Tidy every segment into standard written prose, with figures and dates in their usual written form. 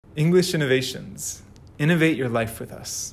English Innovations. Innovate your life with us.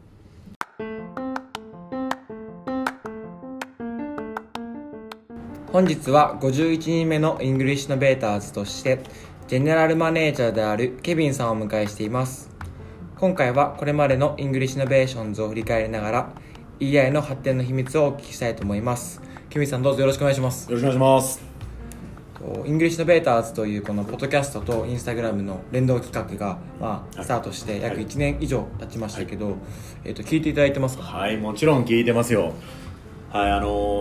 本日は51人目のイングリッシュノベーターズとしてジェネラルマネージャーであるケビンさんをお迎えしています。今回はこれまでのイングリッシュノベーションズを振り返りながら EI の発展の秘密をお聞きしたいと思います。ケビンさん、どうぞよろしくお願いします。 よろしくお願いします。 イングリッシュノベーターズというこのポッドキャストとインスタグラムの連動企画が、スタートして約1年以上経ちましたけど、聞いていただいてますか？ はい、もちろん聞いてますよ。はい、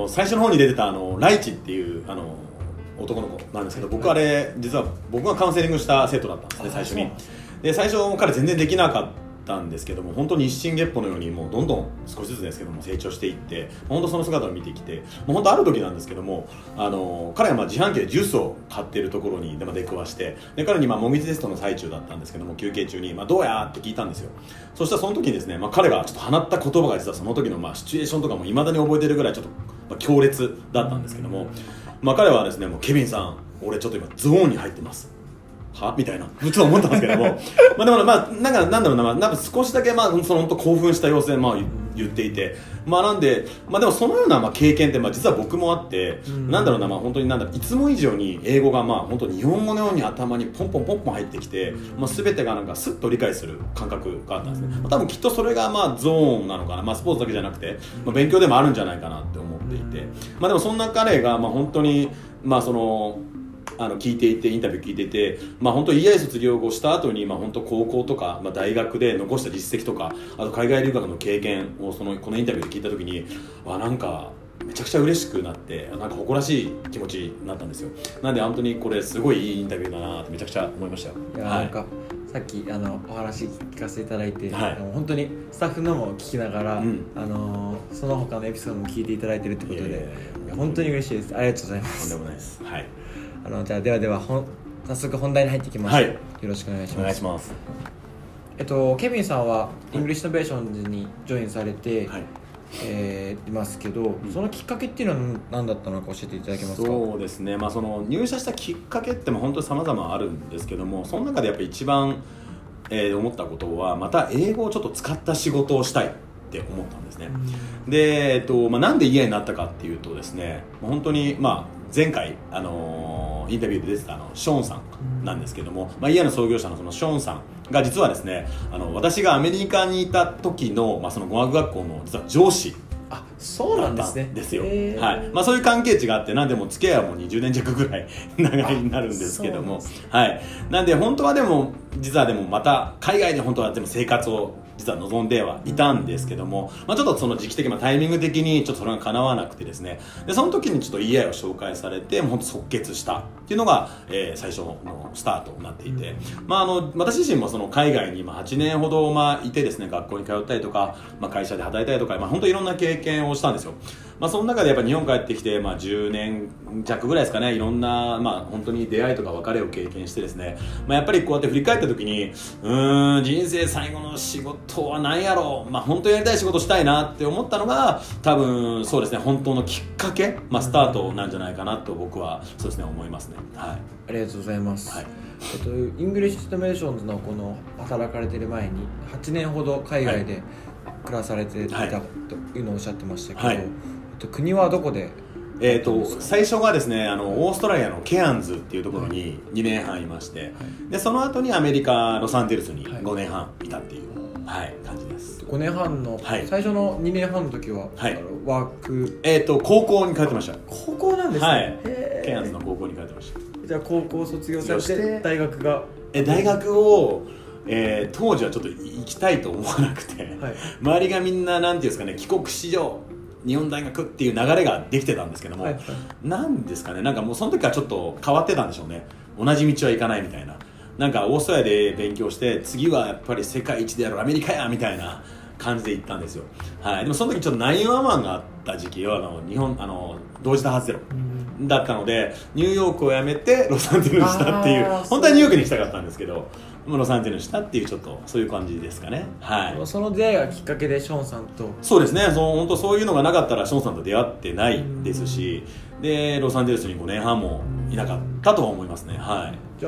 最初の方に出てたライチっていう男の子なんですけど、僕あれ実は僕がカウンセリングした生徒だったんですね、最初に。で最初彼全然できなかったんですけども、本当に一心月歩のようにもうどんどん少しずつですけども成長していって、本当その姿を見てきて、もう本当ある時なんですけども、彼は自販機でジュースを買っているところに出くわして、で彼に模擬テストの最中だったんですけども、休憩中にどうやって聞いたんですよ。そしたらその時にですね、彼がちょっと放った言葉が実はその時のシチュエーションとかも未だに覚えているぐらいちょっと強烈だったんですけども、彼はですね、もうケビンさん、俺ちょっと今ゾーンに入ってますはみたいなちょっと思ったんですけどもでもなんだろうな、少しだけその本当興奮した様子で言っていて、なんででもそのような経験って実は僕もあって、なんだろうな、本当にいつも以上に英語が本当日本語のように頭にポンポン入ってきて、全てがスッと理解する感覚があったんですね。多分きっとそれがゾーンなのかな、スポーツだけじゃなくて、勉強でもあるんじゃないかなって思っていて、でもそんな彼が本当にその聞いていて、インタビュー聞いていて、本当 EI 卒業後した後に本当高校とか、大学で残した実績とか、あと海外留学の経験をこのインタビューで聞いた時に、なんかめちゃくちゃ嬉しくなって、誇らしい気持ちになったんですよ。なんで本当にこれすごいいいインタビューだなってめちゃくちゃ思いましたよ。 いや、なんかさっきお話聞かせていただいて、本当にスタッフのも聞きながら、その他のエピソードも聞いていただいてるってことで、本当に嬉しいです。ありがとうございます。 とんでもないです。はい。 じゃあでは早速本題に入っていきましょう。よろしくお願いします。 お願いします。 ケビンさんはイングリッシュノベーションズにジョインされて、いますけど、そのきっかけっていうのは何だったのか教えていただけますか？ そうですね、その入社したきっかけって本当に様々あるんですけども、その中でやっぱり一番、思ったことは、また英語をちょっと使った仕事をしたいって思ったんですね。で、なんでEIになったかっていうとですね、本当に前回、インタビューで出てたショーンさんなんですけども、EI の創業者のそのショーンさんが実はですね、私がアメリカにいた時の、その語学学校の実は上司そうなんですね。 ですよ。はい。そういう関係値があって、なんでも付き合いはもう20年弱ぐらい長いになるんですけども、はい。なんで本当は実はまた海外で本当は生活を実は望んではいたんですけども、ちょっとその時期的タイミング的にちょっとそれが叶わなくてですね、でその時にちょっと EI を紹介されて、本当即決したっていうのが、最初のスタートになっていて、私自身もその海外に8年ほどいてですね、学校に通ったりとか、会社で働いたりとか、本当いろんな経験をしたんですよ。その中でやっぱ日本帰ってきて、10年弱ぐらいですかね、いろんな、本当に出会いとか別れを経験してですね、やっぱりこうやって振り返った時に、人生最後の仕事は何やろう、本当にやりたい仕事したいなって思ったのが、多分そうですね、本当のきっかけ、スタートなんじゃないかなと僕はそうですね、思いますね。はい。 ありがとうございます。イングリッシュノベーションズのこの働かれてる前に8年ほど海外で暮らされていたというのをおっしゃってましたけど、国はどこで？ 最初がですね、オーストラリアのケアンズっていうところに2年半いまして、でその後にアメリカロサンゼルスに5年半いたっていう、感じです。 5年半の、最初の2年半の時は、ワーク高校に通ってました。 高校なんですね。 ケアンズの高校に通ってました。 じゃあ高校卒業されて大学が大学を当時はちょっと行きたいと思わなくて、周りがみんななんていうんですかね、帰国子女日本大学っていう流れができてたんですけども、なんですかね、もうその時はちょっと変わってたんでしょうね。同じ道は行かないみたいな、オーストラリアで勉強して次はやっぱり世界一であるアメリカやみたいな感じで行ったんですよ。でもその時ちょっと911があった時期は日本同時多発テロだったので、ニューヨークを辞めてロサンゼルスにしたっていう、本当はニューヨークに行きたかったんですけど、ロサンゼルスにしたっていう、ちょっとそういう感じですかね。 その出会いがきっかけでショーンさんと。 そうですね、本当そういうのがなかったらショーンさんと出会ってないですし、でロサンゼルスに5年半もいなかったとは思いますね。 じゃあ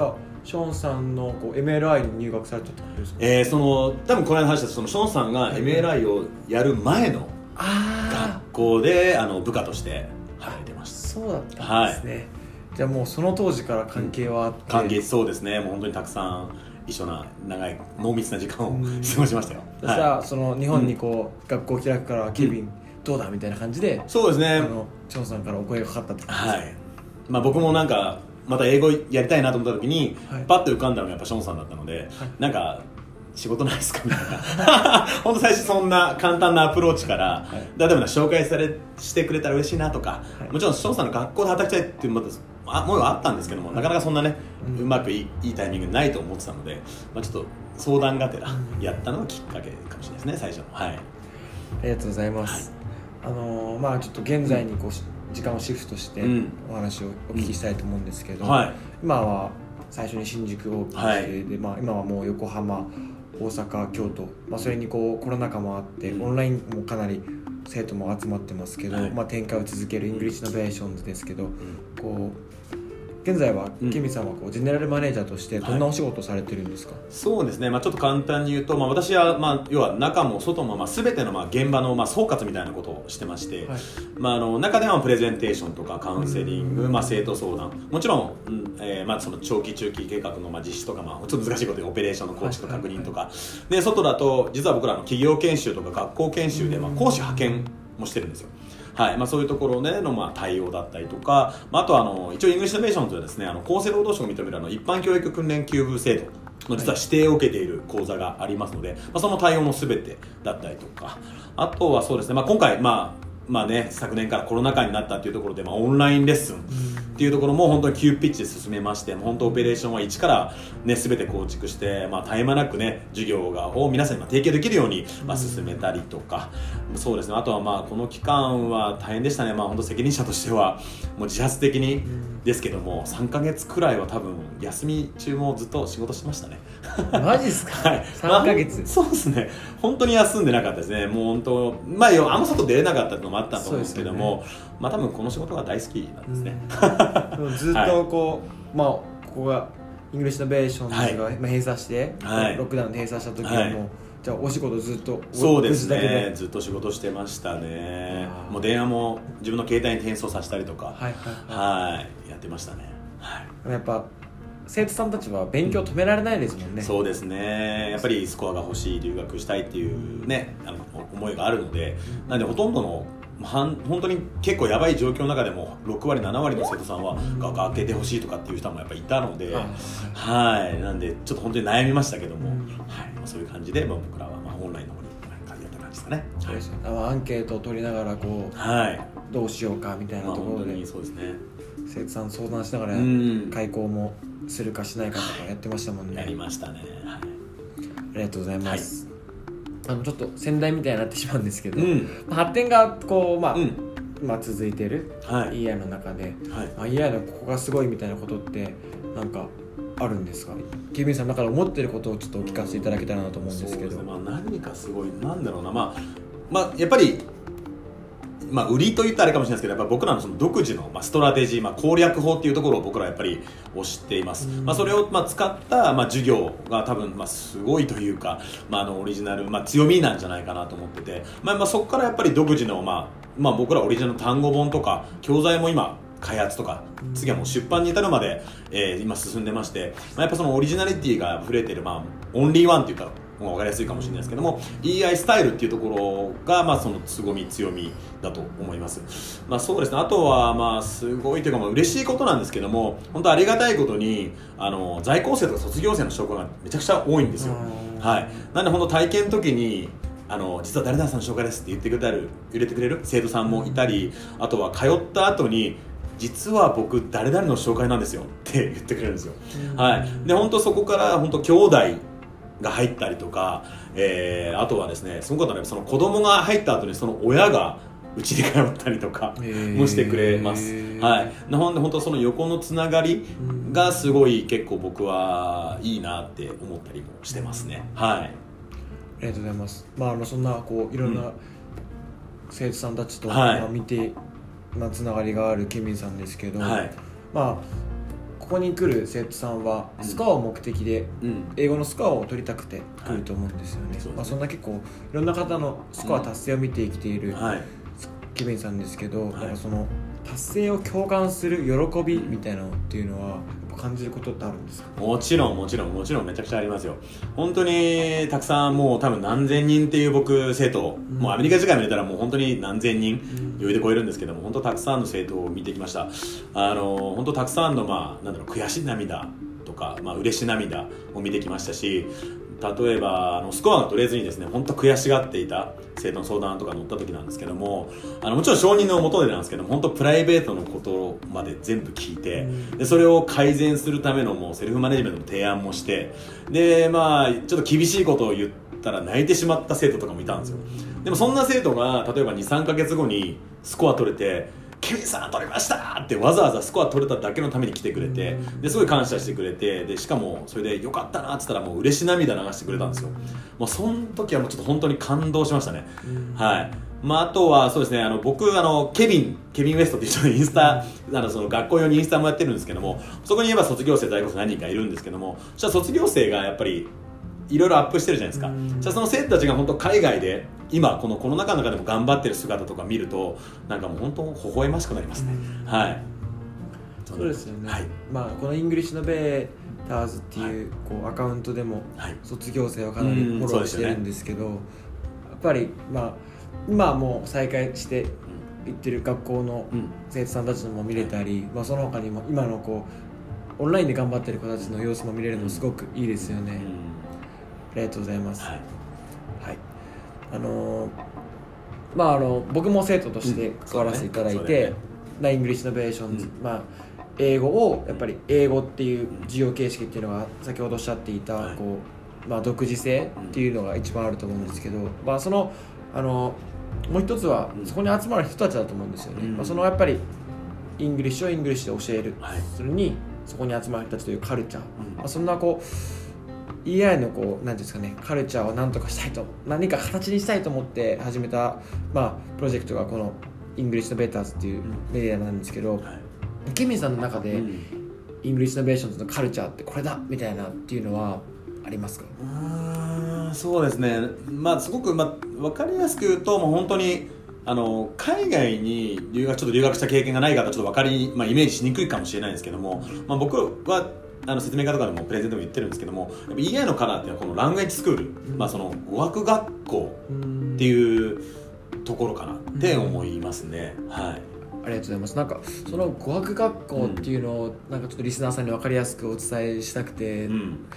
ショーンさんのこう MLI に入学されたってことですか？ 多分この間話したそのショーンさんが MLI をやる前の学校で部下として入ってました。 そうだったんですね、じゃあもうその当時から関係はあって、 関係そうですね。もう本当にたくさん一緒な長い濃密な時間を過ごしましたよ。 そしたらその日本にこう、学校を開くからケビンどうだみたいな感じで、 そうですね、 ショーンさんからお声がかかったって感じですか？ はい、僕もなんかまた英語やりたいなと思った時に、パッと浮かんだのがやっぱショーンさんだったので、なんか仕事ないですかみたいな本当最初そんな簡単なアプローチから、例えば紹介してくれたら嬉しいなとか、もちろんショーンさんの学校で働きたいっていう思いはあったんですけども、なかなかそんなね、うまくいいタイミングないと思ってたので、ちょっと相談がてらやったのがきっかけかもしれないですね、最初の。はい、ありがとうございます、ちょっと現在にこう時間をシフトしてお話をお聞きしたいと思うんですけど、今は最初に新宿オープンして、で今はもう横浜、大阪、京都、それにこうコロナ禍もあって、オンラインもかなり生徒も集まってますけど、展開を続けるイングリッシュノベーションズですけど、こう現在はケミさんはこうジェネラルマネージャーとしてどんなお仕事をされてるんですか？ そうですね、ちょっと簡単に言うと、私は、要は中も外も、全ての現場の、総括みたいなことをしてまして、中ではプレゼンテーションとかカウンセリング、生徒相談、もちろん、その長期中期計画の実施とか、ちょっと難しいことでオペレーションの構築確認とか、で外だと実は僕らの企業研修とか学校研修で、講師派遣もしてるんですよ。そういうところでの対応だったりとか、あとは一応イングリッシュノベーションというのはですね、厚生労働省が認める一般教育訓練給付制度の実は指定を受けている講座がありますので、その対応の全てだったりとか、あとはそうですね、今回昨年からコロナ禍になったというところで、オンラインレッスンっていうところも本当に急ピッチで進めまして、本当オペレーションは一から、全て構築して、絶え間なくね授業を皆さんに提供できるように、進めたりとか、そうですね、あとはこの期間は大変でしたね。本当責任者としてはもう自発的にですけども、3ヶ月くらいは多分休み中もずっと仕事してましたね。 マジですか？3ヶ月、 そうですね、本当に休んでなかったですね。もう本当あんま外出れなかったのもあったと思うんですけども、多分この仕事が大好きなんですね。 ずっとここがイングリッシュノベーションズが閉鎖して、ロックダウンで閉鎖した時はもう、じゃあお仕事ずっとそうですね、ずっと仕事してましたね。もう電話も自分の携帯に転送させたりとか、やってましたね。 やっぱ生徒さんたちは勉強止められないですもんね。 そうですね、やっぱりスコアが欲しい、留学したいっていうね思いがあるので、なのでほとんどの本当に結構やばい状況の中でも6割7割の生徒さんは学科開けてほしいとかっていう人もやっぱりいたので、なんでちょっと本当に悩みましたけども、そういう感じで、僕らはオンラインの方に感じだった感じですかね。 そうですね、アンケートを取りながらこう、どうしようかみたいなところで、 そうですね、 生徒さん相談しながら開講もするかしないかとかやってましたもんね。 やりましたね。 ありがとうございます。ちょっと先代みたいになってしまうんですけど、発展がこう続いてる EI の中で、EI のここがすごいみたいなことってなんかあるんですか？ケビンさんの中で思ってることをちょっとお聞かせていただけたらなと思うんですけど。 そうですね、何かすごいなんだろうな、やっぱり売りと言ったらあれかもしれないですけど、やっぱ僕らのその独自のストラテジー、攻略法っていうところを僕らはやっぱり推しています。それを使った授業が多分すごいというか、オリジナル、強みなんじゃないかなと思ってて、そこからやっぱり独自の僕らオリジナルの単語本とか教材も今開発とか、次はもう出版に至るまで、今進んでまして、やっぱそのオリジナリティが溢れてる、オンリーワンっていうか分かりやすいかもしれないですけども、 EI スタイルっていうところが、その凄み強みだと思います。そうですね、あとはすごいというか、嬉しいことなんですけども、本当ありがたいことに在校生とか卒業生の紹介がめちゃくちゃ多いんですよ。なんで本当体験の時に実は誰々さんの紹介ですって言って入れてくれる生徒さんもいたり、あとは通った後に実は僕誰々の紹介なんですよって言ってくれるんですよ。で本当そこから本当兄弟が入ったりとか、あとはですね、そのことはその子供が入った後にその親がうちに通ったりとかもしてくれます。なので本当その横のつながりがすごい結構僕はいいなって思ったりもしてますね。ありがとうございます。そんなこういろんな生徒さんたちと、見てつながりがあるケビンさんですけど、 ここに来る生徒さんはスコアを目的で、英語のスコアを取りたくて来ると思うんですよね。そんな結構いろんな方のスコア達成を見てきているケビンさんですけど、なんかその達成を共感する喜びみたいなのっていうのはやっぱ感じることってあるんですか？ もちろんめちゃくちゃありますよ。本当にたくさん、もう多分何千人っていう僕生徒、もうアメリカ時間見れたらもう本当に何千人余裕で超えるんですけども、本当たくさんの生徒を見てきました。本当たくさんの悔しい涙とか、嬉しい涙を見てきましたし、例えばスコアが取れずにですね、本当悔しがっていた生徒の相談とか乗った時なんですけども、もちろん承認のもとでなんですけども、本当プライベートのことまで全部聞いて、でそれを改善するためのもうセルフマネジメントの提案もして、でちょっと厳しいことを言ったら泣いてしまった生徒とかもいたんですよ。でもそんな生徒が例えば 2,3 ヶ月後にスコア取れて、ケビンさん取れましたってわざわざスコア取れただけのために来てくれて、ですごい感謝してくれて、でしかもそれでよかったなって言ったらもう嬉し涙流してくれたんですよ。もうその時はもうちょっと本当に感動しましたね。はい。あとはそうですね、僕ケビン・ウエストっていう人のインスタ、その学校用にインスタもやってるんですけども、そこに言えば卒業生在校生何人かいるんですけども、そしたら卒業生がやっぱりいろいろアップしてるじゃないですか。じゃあその生徒たちが本当海外で今このコロナ禍の中でも頑張ってる姿とか見ると、なんかもう本当微笑ましくなりますね。はい。 そうですよね。 はい。 このイングリッシュのベーターズっていう、アカウントでも卒業生はかなりフォローしてるんですけど、やっぱり今はもう再開して行ってる学校の生徒さんたちのも見れたり、その他にも今のオンラインで頑張ってる子たちの様子も見れるのすごくいいですよね。ありがとうございます。はい。僕も生徒として関わらせていただいて、イングリッシュノベーションズ、英語をやっぱり英語っていう授業形式っていうのが先ほどおっしゃっていた独自性っていうのが一番あると思うんですけど、そのもう一つはそこに集まる人たちだと思うんですよね。そのやっぱりイングリッシュをイングリッシュで教える、それにそこに集まる人たちというカルチャー、そんなEI のなんていうんですかね、カルチャーを何とかしたいと、何か形にしたいと思って始めた、プロジェクトがこのイングリッシュノベーターズっていうメディアなんですけど、ケミンさんの中でイングリッシュノベーションズのカルチャーってこれだみたいなっていうのはありますか？ そうですね、すごく、分かりやすく言うと、もう本当に海外に留学した経験がない方はちょっとイメージしにくいかもしれないんですけども、僕は説明会とかでもプレゼントでも言ってるんですけども、やっぱ EI のカラーっていうのはこのラングエッジスクール、その語学学校っていうところかなって思いますね。はい。 ありがとうございます。なんかその語学学校っていうのをなんかちょっとリスナーさんに分かりやすくお伝えしたくて、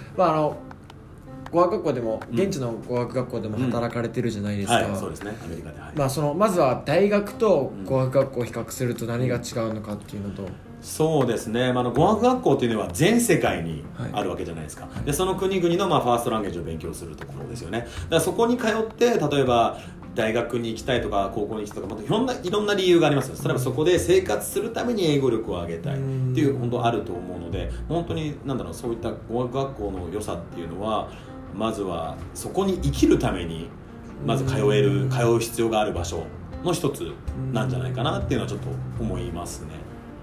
語学学校でも現地の語学学校でも働かれてるじゃないですか。 そうですね、アメリカで。 まずは大学と語学学校を比較すると何が違うのかっていうのと、 そうですね、語学学校っていうのは全世界にあるわけじゃないですか。でその国々のファーストランゲージを勉強するところですよね。だからそこに通って例えば大学に行きたいとか高校に行きたいとか、いろんな理由があります。例えばそこで生活するために英語力を上げたいっていう本当あると思うので、本当にそういった語学学校の良さっていうのは、まずはそこに生きるためにまず通う必要がある場所の一つなんじゃないかなっていうのはちょっと思いますね。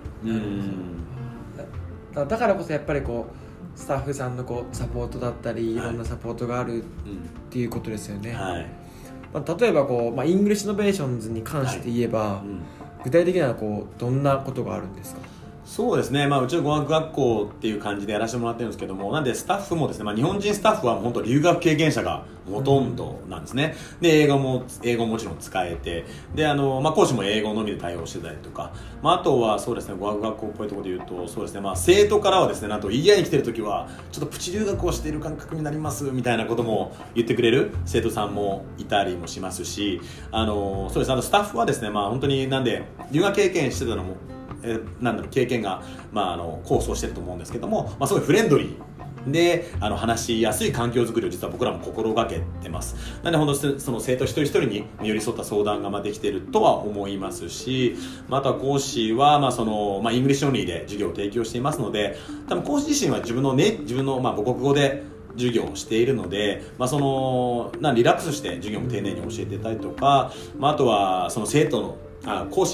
だからこそやっぱりスタッフさんのサポートだったり、いろんなサポートがあるっていうことですよね。例えばイングリッシュノベーションズに関して言えば、具体的にはどんなことがあるんですか？ そうですね、うちの語学学校っていう感じでやらせてもらってるんですけども、なんでスタッフもですね、日本人スタッフは本当留学経験者がほとんどなんですね。で英語ももちろん使えて、で講師も英語のみで対応してたりとか、あとはそうですね、語学学校っぽいところで言うと、そうですね、生徒からはですね、なんと EI に来てる時はちょっとプチ留学をしている感覚になりますみたいなことも言ってくれる生徒さんもいたりもしますし、そうです、スタッフはですね、本当になんで留学経験してたのも経験が、構想してると思うんですけども、すごいフレンドリーで話しやすい環境づくりを実は僕らも心がけてます。なので本当にその生徒一人一人に寄り添った相談ができているとは思いますし、あとは講師はイングリッシュオンリーで授業を提供していますので、多分講師自身は自分の母国語で授業をしているので、リラックスして授業も丁寧に教えていたりとか、あとはその生徒の講師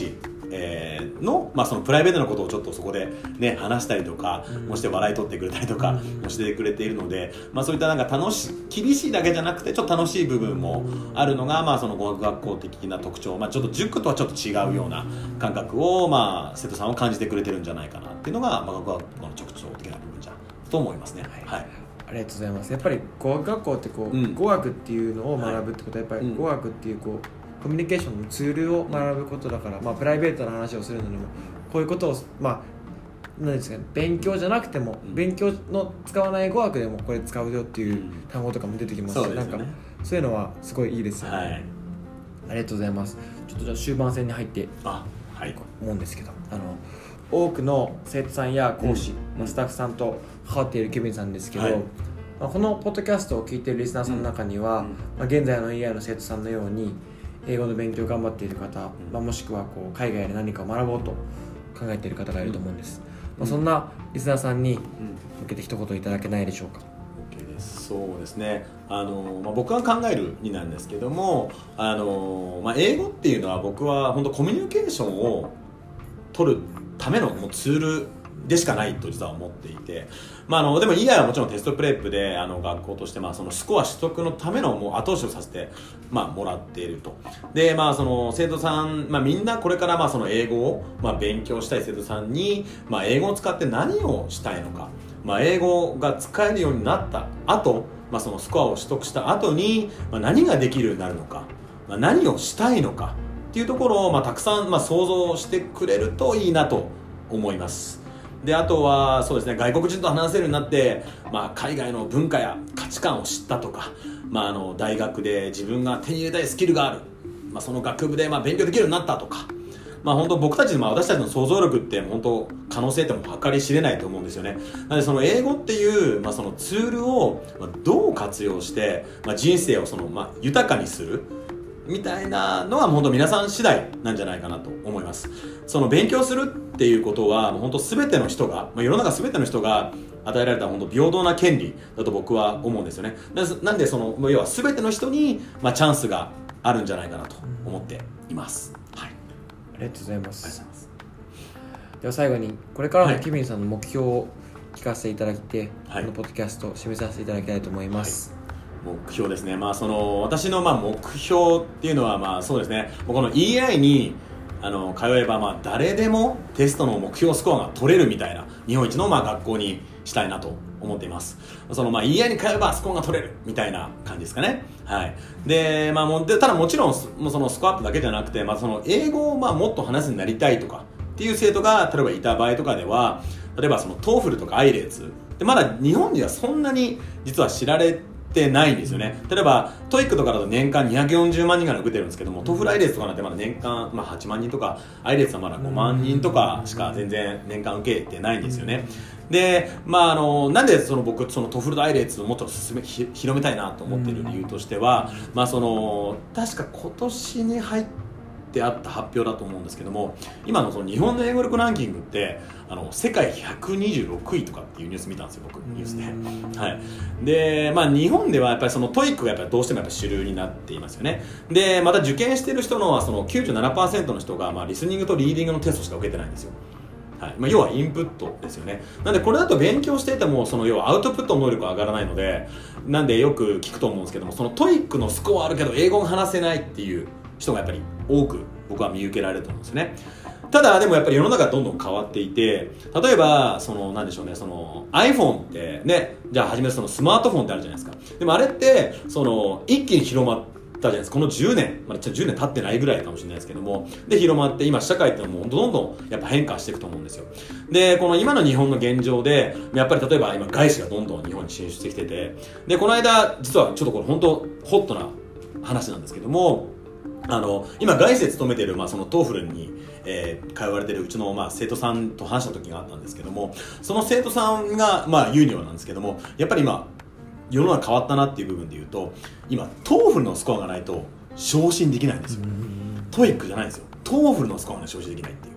の、そのプライベートのことをちょっとそこでね話したりとかもして笑い取ってくれたりとかもしてくれているので、そういったなんか厳しいだけじゃなくてちょっと楽しい部分もあるのが、その語学学校的な特徴、ちょっと塾とはちょっと違うような感覚を、生徒さんを感じてくれてるんじゃないかなっていうのが、語学学校の特徴的な部分じゃと思いますね。はい、 ありがとうございます。やっぱり語学学校って語学っていうのを学ぶってことは、やっぱり語学っていうコミュニケーションのツールを学ぶことだから、プライベートな話をするのにもこういうことを何ですかね、勉強じゃなくても、勉強の使わない語学でもこれ使うよっていう単語とかも出てきますし、なんかそういうのはすごいいいですよね。はい、ありがとうございます。ちょっとじゃあ終盤戦に入って思うんですけど、多くの生徒さんや講師、スタッフさんと関わっているケビンさんですけど、このポッドキャストを聞いているリスナーさんの中には、現在の EI の生徒さんのように英語の勉強を頑張っている方、もしくは海外で何かを学ぼうと考えている方がいると思うんです。そんなリスナーさんに向けて一言いただけないでしょうか。 OK です。そうですね、僕が考えるになんですけども、英語っていうのは僕は本当コミュニケーションを取るためのツールでしかないと実は思っていて、でも EI はもちろんテストプレップで学校としてそのスコア取得のためのもう後押しをさせてもらっていると。でその生徒さん、みんなこれからその英語を勉強したい生徒さんに英語を使って何をしたいのか、英語が使えるようになった後、そのスコアを取得した後に何ができるようになるのか、何をしたいのかっていうところをたくさん想像してくれるといいなと思います。であとはそうですね、外国人と話せるようになって、海外の文化や価値観を知ったとか、大学で自分が手に入れたいスキルがある、その学部で勉強できるようになったとか、本当僕たち、私たちの想像力って本当可能性っても計り知れないと思うんですよね。なのでその英語っていう、そのツールをどう活用して、人生を豊かにするみたいなのは本当皆さん次第なんじゃないかなと思います。その勉強するっていうことは本当全ての人が、世の中全ての人が与えられた本当平等な権利だと僕は思うんですよね。なんでその要は全ての人にチャンスがあるんじゃないかなと思っています。はい、 ありがとうございます。では最後にこれからのケビンさんの目標を聞かせていただいて、このポッドキャストを締めさせていただきたいと思います。 目標ですね。その私の目標っていうのはそうですね、この EI に通えば誰でもテストの目標スコアが取れるみたいな日本一の学校にしたいなと思っています。そのEI に通えばスコアが取れるみたいな感じですかね。はい。でただもちろんそのスコアアップだけじゃなくて、その英語をもっと話すようになりたいとかっていう生徒が例えばいた場合とかでは、例えばその TOEFL とか IELTS でまだ日本ではそんなに実は知られてないんですよね。例えば TOEIC とかだと年間240万人が受けてるんですけども、TOEFL IELTS とかなんてまだ年間8万人とか、IELTS はまだ5万人とかしか全然年間受けてないんですよね。でなんで僕その TOEFL と IELTS をもっと広めたいなと思っている理由としては、その確か今年に入ってあった発表だと思うんですけども、今のその日本の英語力ランキングって世界126位とかっていうニュース見たんですよ、僕ニュースで。はい。で日本ではやっぱりその TOEIC がやっぱりどうしてもやっぱ主流になっていますよね。でまた受験してる人のその 97% の人がリスニングとリーディングのテストしか受けてないんですよ。はい。要はインプットですよね。なんでこれだと勉強していてもその要はアウトプットの能力が上がらないので、なんでよく聞くと思うんですけども、その TOEIC のスコアあるけど英語が話せないっていう人がやっぱり多く僕は見受けられると思うんですね。ただでもやっぱり世の中はどんどん変わっていて、例えばそのなんでしょうね、その iPhone ってね、じゃあ初めそのスマートフォンってあるじゃないですか。でもあれってその一気に広まったじゃないですか。この10年、10年経ってないぐらいかもしれないですけども、で広まって今社会ってのもどんどんやっぱ変化していくと思うんですよ。でこの今の日本の現状でやっぱり例えば今外資がどんどん日本に進出してきてて、でこの間実はちょっとこれ本当ホットな話なんですけども、今外資で勤めているその TOEFL に通われているうちの生徒さんと話した時があったんですけども、その生徒さんが言うにはなんですけども、やっぱり今世の中変わったなっていう部分で言うと、今 TOEFL のスコアがないと昇進できないんですよ。TOEIC じゃないんですよ。TOEFL のスコアが昇進できないっていう。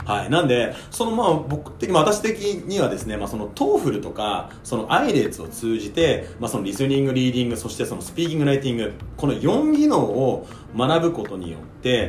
はい。なんで、私的にはですね、そのトーフルとか、そのアイレーツを通じて、そのリスニング、リーディング、そしてそのスピーキング、ライティング、この4技能を学ぶことによって、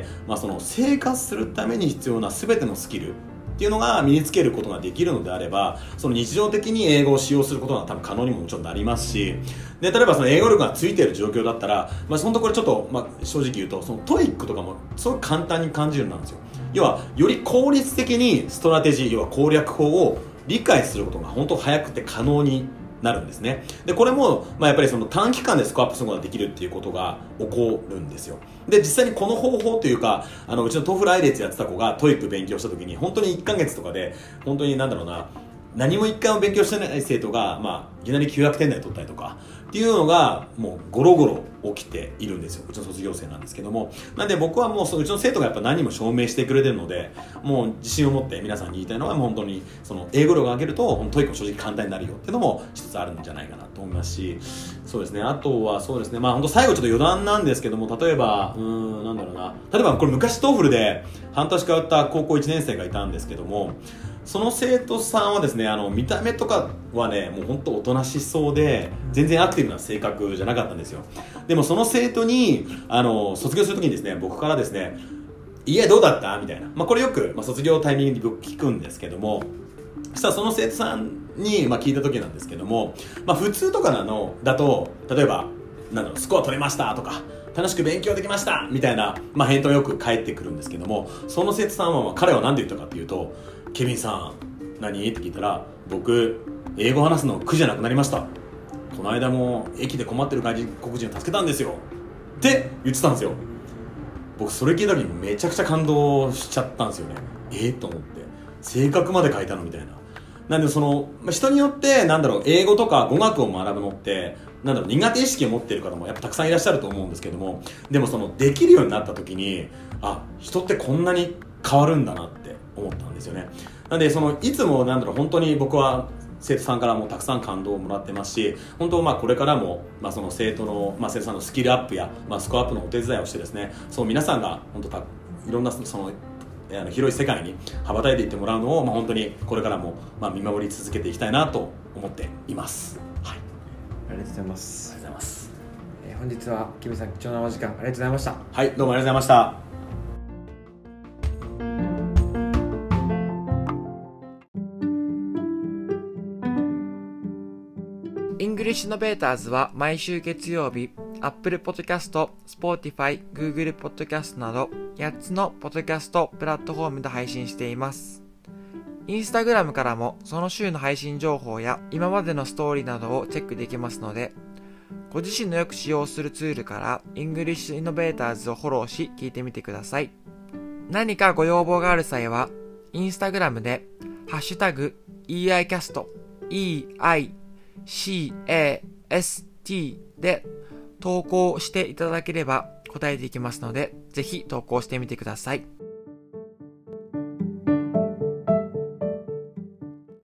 その生活するために必要な全てのスキルっていうのが身につけることができるのであれば、その日常的に英語を使用することが多分可能にももちろんなりますし、で、例えばその英語力がついている状況だったら、そのところちょっと、正直言うと、そのトイックとかもすごく簡単に感じるようになるんですよ。要は、より効率的にストラテジー、要は攻略法を理解することが本当早くて可能になるんですね。で、これも、やっぱりその短期間でスコアアップすることができるっていうことが起こるんですよ。で、実際にこの方法というか、うちのトーフルアイレーツやってた子がトイック勉強した時に、本当に1ヶ月とかで、本当に何も一回も勉強してない生徒が、いきなり900点台取ったりとか、っていうのが、もうゴロゴロ起きているんですよ。うちの卒業生なんですけども。なんで僕はもう、うちの生徒がやっぱ何も証明してくれてるので、もう自信を持って皆さんに言いたいのは、もう本当に、その、英語力を上げると、トイックも正直簡単になるよっていうのも一つあるんじゃないかなと思いますし、そうですね。あとはそうですね。本当最後ちょっと余談なんですけども、例えばこれ昔トーフルで半年通った高校1年生がいたんですけども、その生徒さんはですね、見た目とかはね、もう本当おとなしそうで、全然アクティブな性格じゃなかったんですよ。でもその生徒に、卒業するときにですね、僕からですね、家どうだったみたいな。これよく、卒業タイミングで僕聞くんですけども、そしたらその生徒さんに、聞いたときなんですけども、普通とかだと、例えば、スコア取れましたとか、楽しく勉強できましたみたいな、返答よく返ってくるんですけども、その生徒さんは、彼は何て言ったかっていうと、ケビンさん、何って聞いたら、僕、英語話すの苦じゃなくなりました。この間も駅で困ってる外国人を助けたんですよ。って言ってたんですよ。僕、それ聞いた時にめちゃくちゃ感動しちゃったんですよね。と思って。性格まで書いたのみたいな。なんで人によって、英語とか語学を学ぶのって、苦手意識を持っている方もやっぱたくさんいらっしゃると思うんですけども、でもできるようになった時に、人ってこんなに変わるんだなって思ったんですよね。なんでいつも本当に僕は生徒さんからもたくさん感動をもらってますし、本当これからもその生徒さんのスキルアップやスコアアップのお手伝いをしてですね、皆さんが本当いろんな広い世界に羽ばたいていってもらうのを本当にこれからも見守り続けていきたいなと思っています。はい。 ありがとうございます。 ありがとうございます。 本日はケビンさん貴重なお時間ありがとうございました。 はい、どうもありがとうございました。 イングリッシュノベーターズは毎週月曜日、Apple Podcast、Spotify、Google Podcast など8つのポッドキャストプラットフォームで配信しています。インスタグラムからもその週の配信情報や今までのストーリーなどをチェックできますので、ご自身のよく使用するツールからイングリッシュイノベーターズをフォローし聞いてみてください。何かご要望がある際は、インスタグラムでハッシュタグ EICAST EICAST で投稿していただければ答えていきますので、ぜひ投稿してみてください。